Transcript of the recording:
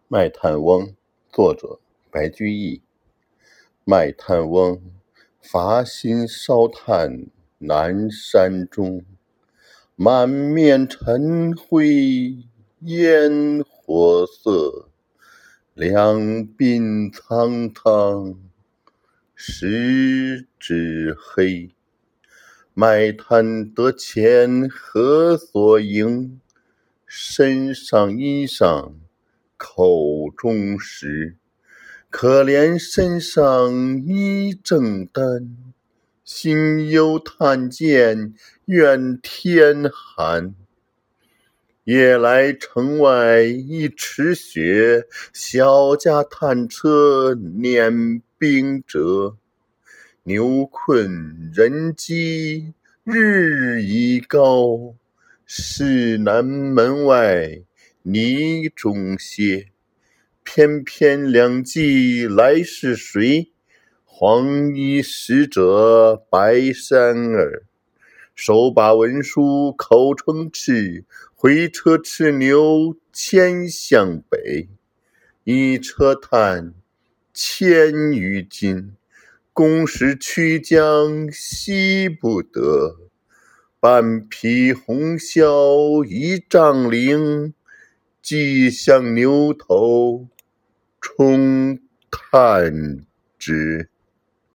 卖炭翁，作者白居易。卖炭翁，伐薪烧炭南山中。满面尘灰烟火色，两鬓苍苍十指黑。卖炭得钱何所营？身上衣裳口中食。可怜身上衣正单，心忧炭贱愿天寒。夜来城外一尺雪，小驾炭车碾冰辙。牛困人饥日已高，市南门外泥中歇。翩翩两骑来是谁？黄衣使者白衫儿。手把文书口称敕，回车持牛牵向北。一车炭千余斤，公使驱将惜不得。半匹红绡一丈绫，系向牛头充炭直。